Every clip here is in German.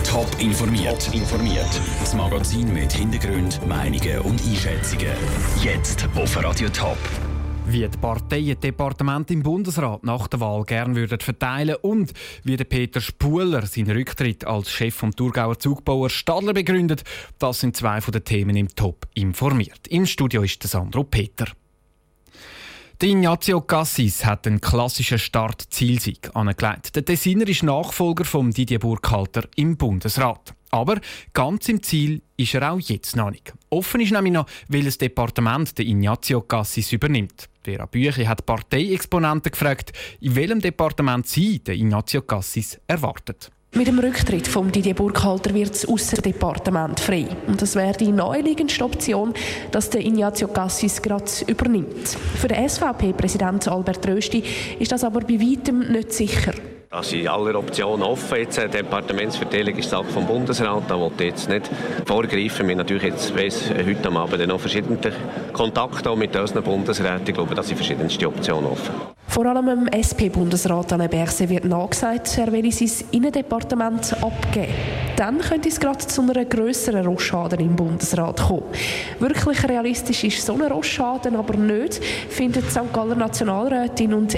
Top informiert. Das Magazin mit Hintergrund, Meinungen und Einschätzungen. Jetzt auf Radio Top. Wie die Parteien die Departemente im Bundesrat nach der Wahl gerne würden verteilen und wie der Peter Spuhler seinen Rücktritt als Chef vom Thurgauer Zugbauer Stadler begründet, das sind zwei von den Themen im Top informiert. Im Studio ist der Sandro Peter. Der Ignazio Cassis hat einen klassischen Start-Zielsieg angelegt. Der Tessiner ist Nachfolger von Didier Burkhalter im Bundesrat. Aber ganz im Ziel ist er auch jetzt noch nicht. Offen ist nämlich noch, welches Departement der Ignazio Cassis übernimmt. Vera Büchi hat Parteiexponenten gefragt, in welchem Departement sie den Ignazio Cassis erwartet. Mit dem Rücktritt von Didier Burkhalter wird das Aussendepartement frei. Und das wäre die naheliegendste Option, dass der Ignazio Cassis gerade übernimmt. Für den SVP-Präsident Albert Rösti ist das aber bei weitem nicht sicher. Da sind alle Optionen offen. Jetzt, die Departementsverteilung ist Sache vom Bundesrat. Da wollte ich jetzt nicht vorgreifen. Wir natürlich jetzt weiss, heute am Abend noch verschiedene Kontakte mit unseren Bundesräten. Ich glaube, da sind verschiedenste Optionen offen. Vor allem dem SP-Bundesrat Alain Berset wird nachgesagt, er will sein Innendepartement abgeben. Dann könnte es gerade zu einer grösseren Rochade im Bundesrat kommen. Wirklich realistisch ist so eine Rochade aber nicht, findet die St. Galler Nationalrätin und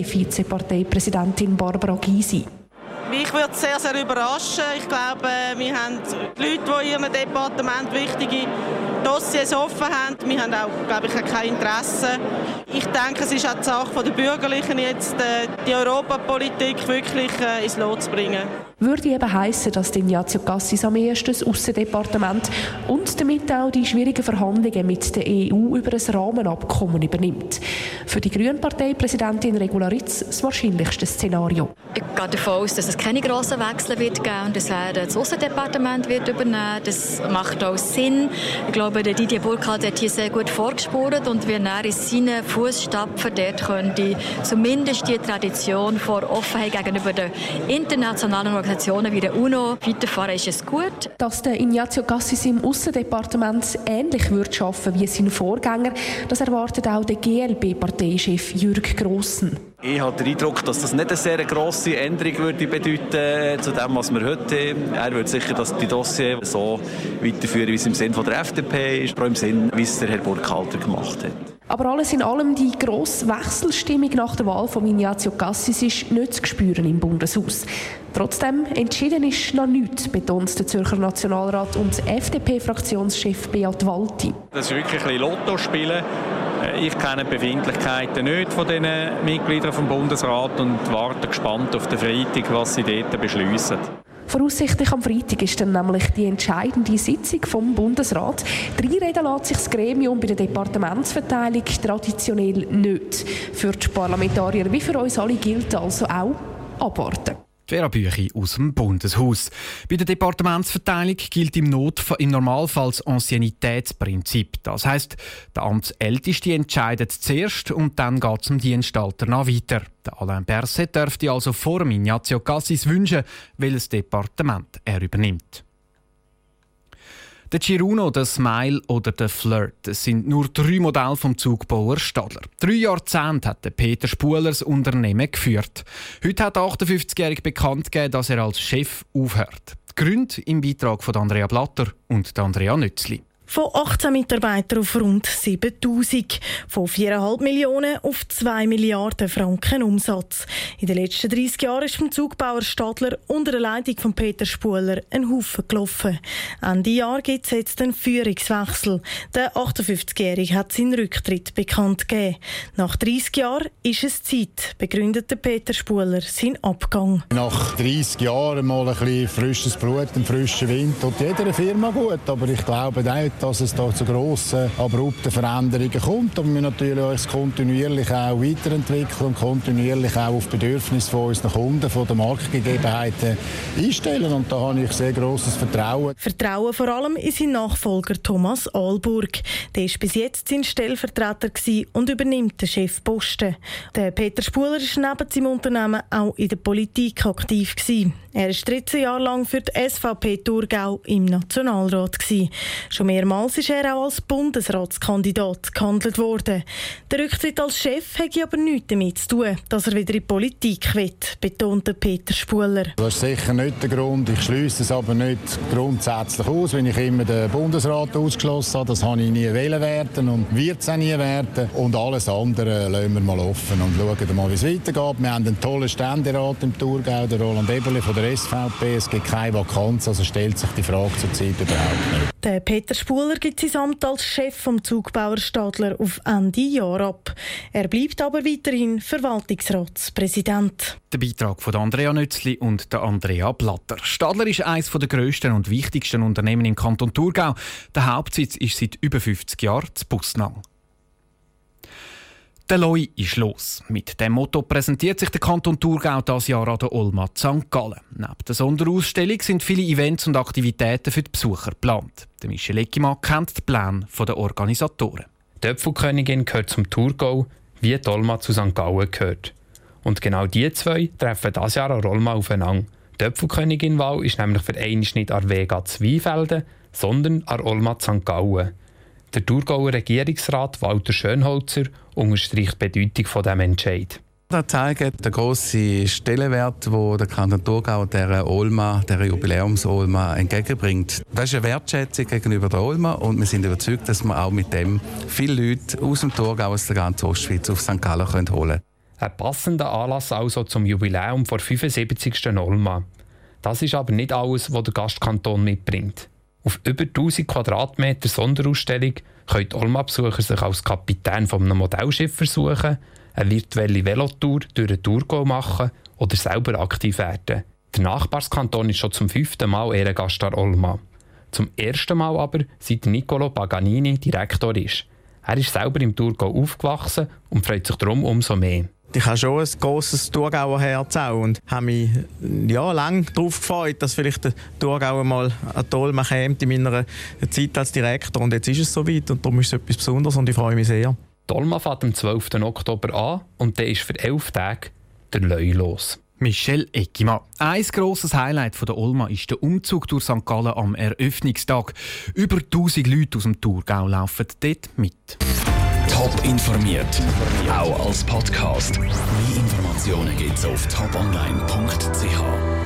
SP-Vizeparteipräsidentin Barbara Gysi. Mich würde es sehr, sehr überraschen. Ich glaube, wir haben die Leute, die in ihrem Departement wichtige Dossiers offen haben. Wir haben auch, glaube ich, kein Interesse. Ich denke, es ist auch die Sache der Bürgerlichen, jetzt die Europapolitik wirklich ins Lot zu bringen. Würde eben heissen, dass Ignazio Cassis am ersten das Aussendepartement und damit auch die schwierigen Verhandlungen mit der EU über ein Rahmenabkommen übernimmt. Für die Grünen-Parteipräsidentin Regula Ritz das wahrscheinlichste Szenario. Ich gehe davon aus, dass es keine grossen Wechsel wird geben und das Aussendepartement wird übernehmen. Das macht auch Sinn. Ich glaube, der Didier Burkhalter hat hier sehr gut vorgespurt und wir in seinen Fußstapfen dort könnte zumindest die Tradition vor Offenheit gegenüber den internationalen Organisationen wie der UNO weiterfahren, ist es gut. Dass der Ignazio Cassis im Aussendepartement ähnlich wird arbeiten wie sein Vorgänger, das erwartet auch der GLP-Parteichef Jürg Grossen. Ich habe den Eindruck, dass das nicht eine sehr grosse Änderung würde bedeuten zu dem, was wir heute haben. Er würde sicher die Dossier so weiterführen, wie es im Sinn von der FDP ist, aber auch im Sinn, wie es der Herr Burkhalter gemacht hat. Aber alles in allem, die grosse Wechselstimmung nach der Wahl von Ignazio Cassis ist nicht zu spüren im Bundeshaus. Trotzdem, entschieden ist noch nichts, betont der Zürcher Nationalrat und FDP-Fraktionschef Beat Walti. Das ist wirklich ein Lotto spielen. Ich kenne die Befindlichkeiten nicht von den Mitgliedern vom Bundesrat und warte gespannt auf den Freitag, was sie dort beschliessen. Voraussichtlich am Freitag ist dann nämlich die entscheidende Sitzung vom Bundesrat. Reinreden lässt sich das Gremium bei der Departementsverteilung traditionell nicht. Für die Parlamentarier wie für uns alle gilt also auch abwarten. Vera Büchi aus dem Bundeshaus. Bei der Departementsverteilung gilt im Normalfall das Anciennitätsprinzip. Das heisst, der Amtsälteste entscheidet zuerst und dann geht es dem Dienstalter weiter. Der Alain Berset dürfte also vor dem Ignazio Cassis wünschen, welches Departement er übernimmt. Der Ciruno, der Smile oder der Flirt, das sind nur 3 Modelle vom Zugbauer Stadler. 3 Jahrzehnte hat Peter Spuhler das Unternehmen geführt. Heute hat der 58-Jährige bekannt gegeben, dass er als Chef aufhört. Die Gründe im Beitrag von Andrea Blatter und Andrea Nützli. Von 18 Mitarbeitern auf rund 7000. Von 4,5 Millionen auf 2 Milliarden Franken Umsatz. In den letzten 30 Jahren ist vom Zugbauer Stadler unter der Leitung von Peter Spuhler ein Haufen gelaufen. Ende Jahr gibt es jetzt einen Führungswechsel. Der 58-Jährige hat seinen Rücktritt bekannt gegeben. Nach 30 Jahren ist es Zeit, begründete Peter Spuhler seinen Abgang. Nach 30 Jahren mal ein bisschen frisches Blut, einen frischen Wind tut jeder Firma gut. Aber ich glaube nicht, dass es da zu grossen, abrupten Veränderungen kommt. Aber wir natürlich uns kontinuierlich auch weiterentwickeln und kontinuierlich auch auf Bedürfnisse von unseren Kunden, von den Marktgegebenheiten einstellen. Und da habe ich sehr grosses Vertrauen. Vertrauen vor allem in seinen Nachfolger Thomas Ahlburg. Der war bis jetzt sein Stellvertreter und übernimmt den Chefposten. Der Peter Spuhler war neben seinem Unternehmen auch in der Politik aktiv. Er war 13 Jahre lang für die SVP Thurgau im Nationalrat. Schon mehrmals Mehrmals ist er auch als Bundesratskandidat gehandelt worden. Der Rücktritt als Chef hat aber nichts damit zu tun, dass er wieder in die Politik will, betonte Peter Spuler. Das ist sicher nicht der Grund. Ich schliesse es aber nicht grundsätzlich aus, wenn ich immer den Bundesrat ausgeschlossen habe. Das habe ich nie werden und wird es auch nie werden. Und alles andere lassen wir mal offen und schauen mal, wie es weitergeht. Wir haben einen tollen Ständerat im Thurgau, der Roland Eberle von der SVP. Es gibt keine Vakanz, also stellt sich die Frage zurzeit überhaupt nicht. Der Peter Spuler gibt sein Amt als Chef vom Zugbauer Stadler auf Ende Jahr ab. Er bleibt aber weiterhin Verwaltungsratspräsident. Der Beitrag von Andrea Nützli und der Andrea Blatter. Stadler ist eines der grössten und wichtigsten Unternehmen im Kanton Thurgau. Der Hauptsitz ist seit über 50 Jahren in Bussnang. Der Loi ist los. Mit dem Motto präsentiert sich der Kanton Thurgau dieses Jahr an der Olma St. Gallen. Neben der Sonderausstellung sind viele Events und Aktivitäten für die Besucher geplant. Der Michel Eckimann kennt die Pläne der Organisatoren. Die Äpfelkönigin gehört zum Thurgau, wie die Olma zu St. Gallen gehört. Und genau die zwei treffen dieses Jahr an Olma aufeinander. Die Äpfelkönigin-Wahl ist nämlich für einmal nicht an Vega Zweifelden, sondern an Olma St. Gallen. Der Thurgauer Regierungsrat Walter Schönholzer unterstreicht die Bedeutung von diesem Entscheid. Das zeigt den grossen Stellenwert, den der Kanton Thurgau der Olma, der Jubiläums-Olma entgegenbringt. Das ist eine Wertschätzung gegenüber der Olma und wir sind überzeugt, dass wir auch mit dem viele Leute aus dem Thurgau, aus der ganzen Ostschweiz auf St. Gallen holen können. Ein passender Anlass also zum Jubiläum vor 75. Olma. Das ist aber nicht alles, was der Gastkanton mitbringt. Auf über 1000 Quadratmeter Sonderausstellung können die Olma-Besucher sich als Kapitän von einem Modellschiff versuchen, eine virtuelle Velotour durch den Thurgau machen oder selber aktiv werden. Der Nachbarskanton ist schon zum 5. Mal Ehrengast an Olma. Zum ersten Mal aber, seit Niccolo Paganini Direktor ist. Er ist selber im Thurgau aufgewachsen und freut sich darum umso mehr. Ich habe schon ein grosses Thurgauer Herz auch und habe mich lange darauf gefreut, dass vielleicht der Thurgauer mal an die Olma kommt in meiner Zeit als Direktor. Und jetzt ist es soweit und darum ist es etwas Besonderes und ich freue mich sehr. Die Olma fährt am 12. Oktober an und dann ist für 11 Tage der Loi los. Michel Eckimann. Ein grosses Highlight der Olma ist der Umzug durch St. Gallen am Eröffnungstag. Über 1000 Leute aus dem Thurgau laufen dort mit. Top informiert, auch als Podcast. Mehr Informationen gibt's auf toponline.ch.